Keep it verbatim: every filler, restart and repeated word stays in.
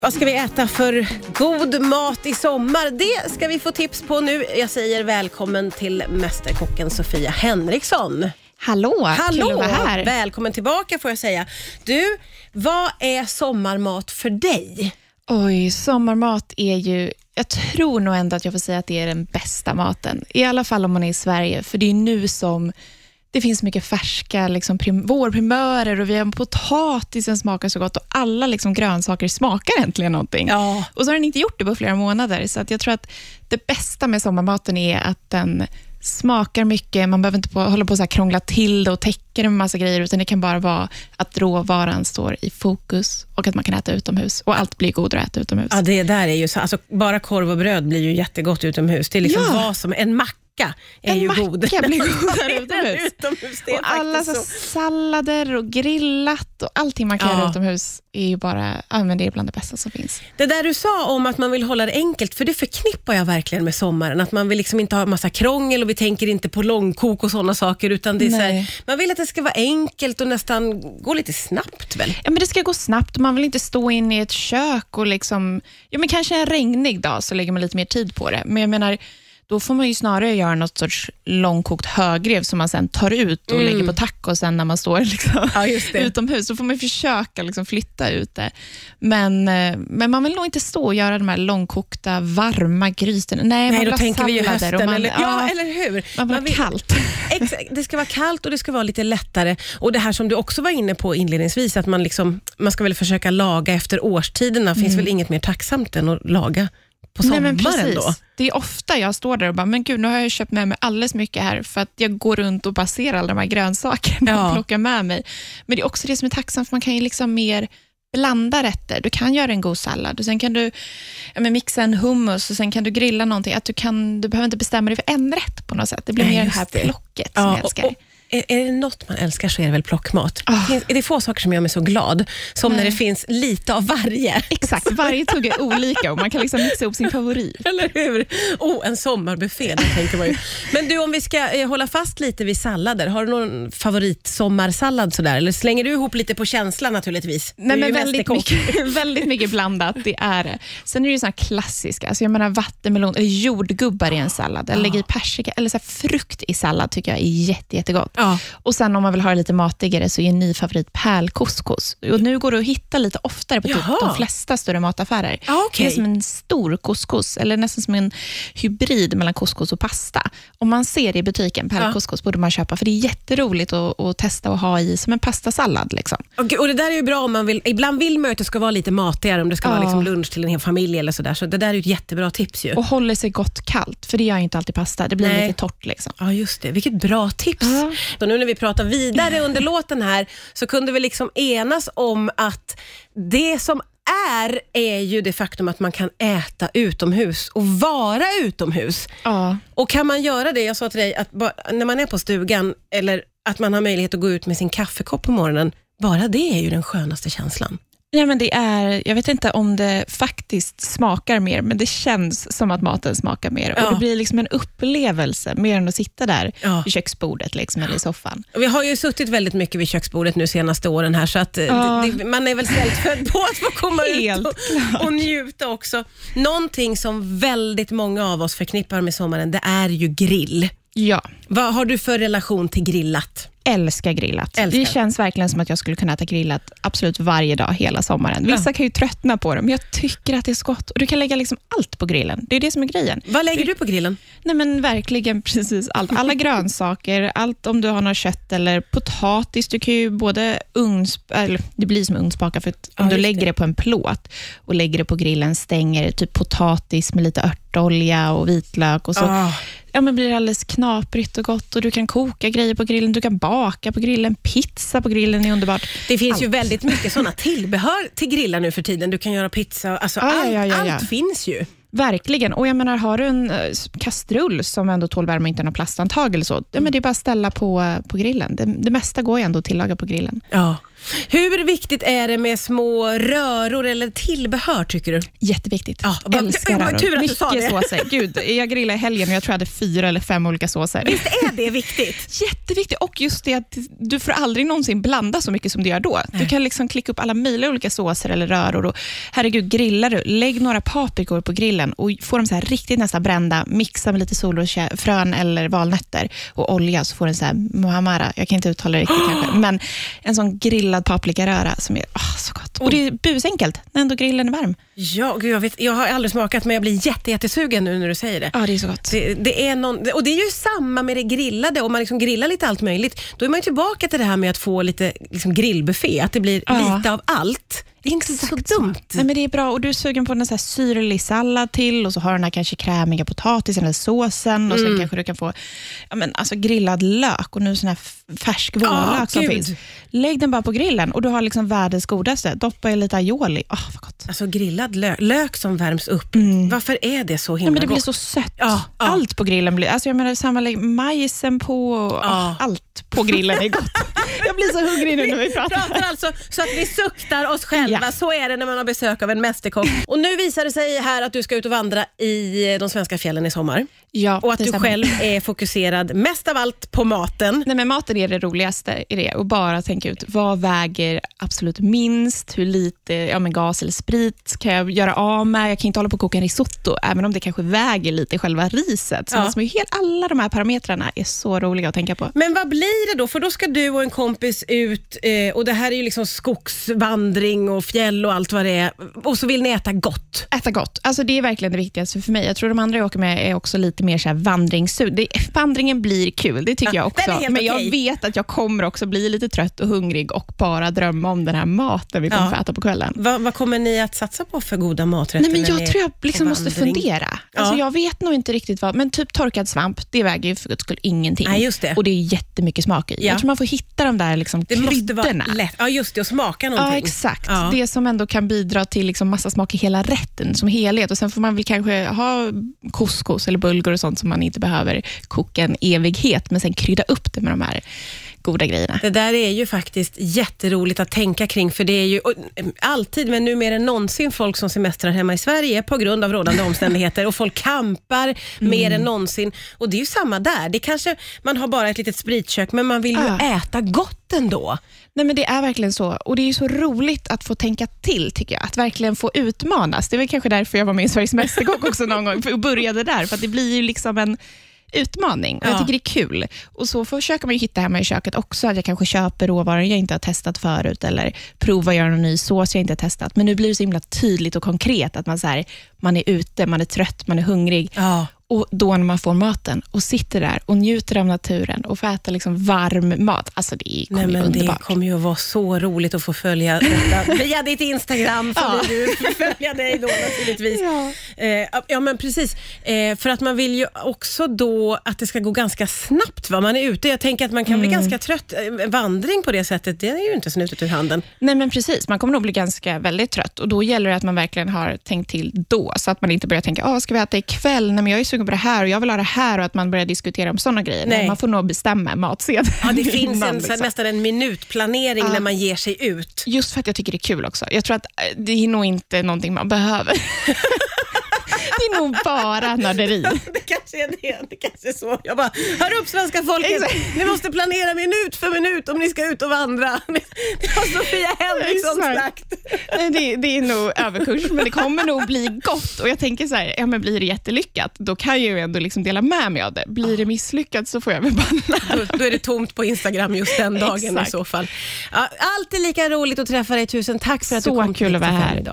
Vad ska vi äta för god mat i sommar? Det ska vi få tips på nu. Jag säger välkommen till mästerkocken Sofia Henriksson. Hallå, Hallå, kul att vara här. Välkommen tillbaka får jag säga. Du, vad är sommarmat för dig? Oj, sommarmat är ju, jag tror nog ändå att jag får säga att det är den bästa maten. I alla fall om man är i Sverige, för det är nu som det finns mycket färska liksom, prim- vårprimörer och vi har potatisen smakar så gott och alla liksom, grönsaker smakar äntligen någonting. Ja. Och så har den inte gjort det på flera månader, så att jag tror att det bästa med sommarmaten är att den smakar mycket, man behöver inte på, hålla på att krångla till det och täcka det med massa grejer, utan det kan bara vara att råvaran står i fokus och att man kan äta utomhus och allt blir godare att äta utomhus. Ja, det där är ju så, alltså, bara korv och bröd blir ju jättegott utomhus. Det är liksom Ja. vad som, en macka är en ju macka god. blir godare utomhus. utomhus det är och alla så så. sallader och grillat och allting man kan Ja. göra utomhus är ju bara, ja, men det är bland det bästa som finns. Det där du sa om att man vill hålla det enkelt, för det förknippar jag verkligen med sommaren. Att man vill liksom inte ha massa krångel och vi tänker inte på långkok och sådana saker, utan det är så här, man vill att det ska vara enkelt och nästan gå lite snabbt väl? Ja, men det ska gå snabbt och man vill inte stå in i ett kök och liksom, ja men kanske en regnig dag så lägger man lite mer tid på det. Men jag menar, då får man ju snarare göra något sorts långkokt högrev som man sen tar ut och mm. lägger på tacos sen när man står liksom ja, just det. utomhus. Så får man försöka liksom flytta ut det. Men, men man vill nog inte stå och göra de här långkokta, varma grytorna. Nej, Nej, man då tänker vi ju hösten. Man, eller, ja, ja, eller hur? Man vill man vill, kallt. Exakt, det ska vara kallt och det ska vara lite lättare. Och det här som du också var inne på inledningsvis, att man, liksom, man ska väl försöka laga efter årstiderna. Finns mm. väl inget mer tacksamt än att laga på sommaren. Nej, men precis. Då. Det är ofta jag står där och bara, men gud, nu har jag köpt med mig alldeles mycket här för att jag går runt och baserar alla de här grönsakerna ja. och plockar med mig. Men det är också det som är tacksamt, för man kan ju liksom mer blanda rätter. Du kan göra en god sallad och sen kan du ja, men mixa en hummus och sen kan du grilla någonting. Att du, kan, du behöver inte bestämma dig för en rätt på något sätt. Det blir Nej, mer det här det. plocket som ja, jag älskar. Och, och, är, är det något man älskar så är det väl plockmat. Oh. Det, är det få saker som gör mig så glad som Nej. när det finns lite av varje. Exakt, varje tugga är olika och man kan liksom mixa upp sin favorit. Eller hur? Oh, en sommarbuffé, det tänker man ju. Men du, om vi ska eh, hålla fast lite vid sallader, har du någon favoritsommarsallad sådär? Eller slänger du ihop lite på känslan naturligtvis? Nej, men väldigt mycket, väldigt mycket blandat, det är det. Sen är det ju sådana klassiska, alltså jag menar vattenmelon eller jordgubbar i en sallad, eller lägga i persika, eller så här frukt i sallad tycker jag är jätte, jättegott. Ja. Och sen om man vill ha det lite matigare så är en ny favorit pärlcouscous. Och nu går det att hitta lite oftare på typ de flesta större mataffärer. Ah, okay. Det är som en stor couscous, eller nästan som en hybrid mellan couscous och pasta. Om man ser det i butiken, pärlcouscous, ja. borde man köpa, för det är jätteroligt att, att testa och ha i som en pastasallad. Liksom. Och, och det där är ju bra om man vill, ibland vill man att det ska vara lite matigare, om det ska ja. vara liksom lunch till en hel familj eller sådär. Så det där är ju ett jättebra tips ju. Och håller sig gott kallt, för det gör ju inte alltid pasta. Det blir Nej. lite torrt liksom. Ja, just det. Vilket bra tips. Ja. Och nu när vi pratar vidare under låten här så kunde vi liksom enas om att det som är är ju det faktum att man kan äta utomhus och vara utomhus. Ja. Och kan man göra det, jag sa till dig att bara, när man är på stugan eller att man har möjlighet att gå ut med sin kaffekopp på morgonen, bara det är ju den skönaste känslan. Ja, men det är, jag vet inte om det faktiskt smakar mer, men det känns som att maten smakar mer. Ja. Och det blir liksom en upplevelse mer än att sitta där ja. vid köksbordet liksom, eller i soffan. Och vi har ju suttit väldigt mycket vid köksbordet nu senaste åren här, så att ja. det, man är väl svältfödd på att få komma Helt ut och, och njuta också. Någonting som väldigt många av oss förknippar med sommaren, det är ju grill. Ja. Vad har du för relation till grillat? Älskar grillat. Älskar. Det känns verkligen som att jag skulle kunna äta grillat absolut varje dag hela sommaren. Vissa ja. kan ju tröttna på det, men jag tycker att det är så gott. Och du kan lägga liksom allt på grillen. Det är det som är grejen. Vad lägger du, du på grillen? Nej, men verkligen precis allt. Alla grönsaker, allt om du har något kött eller potatis. Du kan ju både ugns... Eller, det blir som ugnsbaka, för att om ja, du lägger det. det på en plåt och lägger det på grillen, stänger typ potatis med lite örtolja och vitlök och så. Oh. Ja, men blir det alldeles knaprigt och gott, och du kan koka grejer på grillen, du kan baka på grillen, pizza på grillen är underbart. Det finns allt. ju väldigt mycket sådana tillbehör till grillar nu för tiden. Du kan göra pizza, alltså ja, allt, ja, ja, ja. allt finns ju. Verkligen, och jag menar, har du en kastrull som ändå tål värme och inte någon plastantag eller så, ja, men det är bara att ställa på, på grillen. Det, det mesta går ju ändå att tillaga på grillen. Ja, Hur viktigt är det med små röror eller tillbehör tycker du? Jätteviktigt. Ja, älskar vad tur att du sa det. Mycket såser. Gud, jag grillade i helgen och jag tror jag hade fyra eller fem olika såser. Visst är det viktigt? Jätteviktigt. Och just det att du får aldrig någonsin blanda så mycket som du gör då. Du kan liksom klicka upp alla möjliga olika såser eller röror. Och, herregud, grillar du. Lägg några paprikor på grillen och få dem så här riktigt nästan brända. Mixa med lite solrosfrön eller valnötter och olja så får den så här muhammara. Jag kan inte uttala det riktigt oh. kanske. Men en sån grillad paprikaröra som är oh, så gott. Och det är busenkelt när ändå grillen är varm. Ja, gud, jag, vet, jag har aldrig smakat men jag blir jätte, jättesugen nu när du säger det. Ja, det är så gott. Det, det är någon, och det är ju samma med det grillade. Om man liksom grillar lite allt möjligt, då är man ju tillbaka till det här med att få lite liksom grillbuffé. Att det blir ja. lite av allt. Det är inte Exakt så dumt. Nej, men det är bra. Och du är sugen på en så här syrlig sallad till och så har den här kanske krämiga potatisen eller såsen och sen mm. kanske du kan få ja, men, alltså grillad lök och nu sån här färsk vårlök oh, som Gud. finns. Lägg den bara på grillen och du har liksom världens godaste. Doppa i lite aioli. Åh, oh, vad gott. Alltså grillad lök, lök som värms upp. Mm. Varför är det så himla ja, men det gott? blir så sött. Ja, ja. Allt på grillen blir, alltså jag menar samma majsen på ja. oh, allt på grillen är gott. Jag blir så hungrig nu när vi pratar. Vi pratar alltså så att vi suktar oss själva. Ja. Så är det när man har besök av en mästerkock. Och nu visar det sig här att du ska ut och vandra i de svenska fjällen i sommar. Ja, och att du stämmer. själv är fokuserad mest av allt på maten. Nej, men maten är det roligaste i det. Och bara tänka ut vad väger absolut minst, hur lite ja, men gas eller sprit kan jag göra av med. Jag kan inte hålla på att koka en risotto, även om det kanske väger lite själva riset. Så ja. helt, alla de här parametrarna är så roliga att tänka på. Men vad blir det då? För då ska du och en kompis ut eh, och det här är ju liksom skogsvandring och fjäll och allt vad det är. Och så vill ni äta gott. Äta gott. Alltså det är verkligen det viktigaste för mig. Jag tror de andra jag åker med är också lite mer så här vandringssug. Det, vandringen blir kul, det tycker ja, jag också. Men jag okej. vet att jag kommer också bli lite trött och hungrig och bara drömma om den här maten vi kommer ja. få äta på kvällen. Va, vad kommer ni att satsa på för goda maträtter? Nej, men jag tror jag liksom måste fundera. Alltså ja. jag vet nog inte riktigt vad, men typ torkad svamp, det väger ju för guds skull ingenting. Nej, just det. Och det är jättemycket smak i. Ja. Jag tror man får hitta de där liksom det kryddorna. Måste vara lätt. Ja, just det, och smaka någonting. Ja, exakt. Ja. Det som ändå kan bidra till liksom massa smak i hela rätten som helhet. Och sen får man väl kanske ha couscous eller bulgur och sånt som man inte behöver koka en evighet, men sen krydda upp det med de här goda grejerna. Det där är ju faktiskt jätteroligt att tänka kring, för det är ju alltid, men nu mer än någonsin, folk som semestrar hemma i Sverige på grund av rådande omständigheter och folk kampar mm. mer än någonsin. Och det är ju samma där. Det kanske, man har bara ett litet spritkök, men man vill ju ah. äta gott ändå. Nej, men det är verkligen så. Och det är ju så roligt att få tänka till, tycker jag. Att verkligen få utmanas. Det är väl kanske därför jag var med i Sveriges Mästerkock också någon gång och började där. För att det blir ju liksom en utmaning. Och ja. jag tycker det är kul. Och så försöker man ju hitta hemma i köket också. Att jag kanske köper råvaror jag inte har testat förut. Eller provar göra någon ny sås jag inte har testat. Men nu blir det så himla tydligt och konkret. Att man, så här, man är ute, man är trött, man är hungrig. Ja. Och då när man får maten och sitter där och njuter av naturen och får äta liksom varm mat. Alltså det kommer Nej, men underbart. Det kommer ju att vara så roligt att få följa detta via ditt Instagram. För ja. du följa dig då naturligtvis. Ja, eh, ja men precis. Eh, för att man vill ju också då att det ska gå ganska snabbt va? Man är ute. Jag tänker att man kan mm. bli ganska trött. Eh, vandring på det sättet, det är ju inte snutet ur handen. Nej, men precis. Man kommer nog bli ganska väldigt trött. Och då gäller det att man verkligen har tänkt till då. Så att man inte börjar tänka, ah, ska vi äta ikväll? Nej, men jag är sugen på det här och jag vill ha det här, och att man börjar diskutera om sådana grejer. Nej. Man får nog bestämma matsedeln. Ja, det finns innan, en, liksom. nästan en minutplanering ja. när man ger sig ut. Just för att jag tycker det är kul också. Jag tror att det är nog inte någonting man behöver. Det är nog bara nörderi. Det kanske är det. Det kanske är så. Jag bara, hör upp svenska folket. Exakt. Ni måste planera minut för minut om ni ska ut och vandra. Det har Sofia Henriksson sagt. Det, det är nog överkurs, men det kommer nog bli gott. Och jag tänker så här, ja, men blir det jättelyckat, då kan jag ju ändå liksom dela med mig av det. Blir det misslyckat så får jag väl bara... Då, då är det tomt på Instagram just den dagen. Exakt. I så fall. Ja, alltid lika roligt att träffa dig. Tusen tack för att så du kom. Så kul att vara här idag.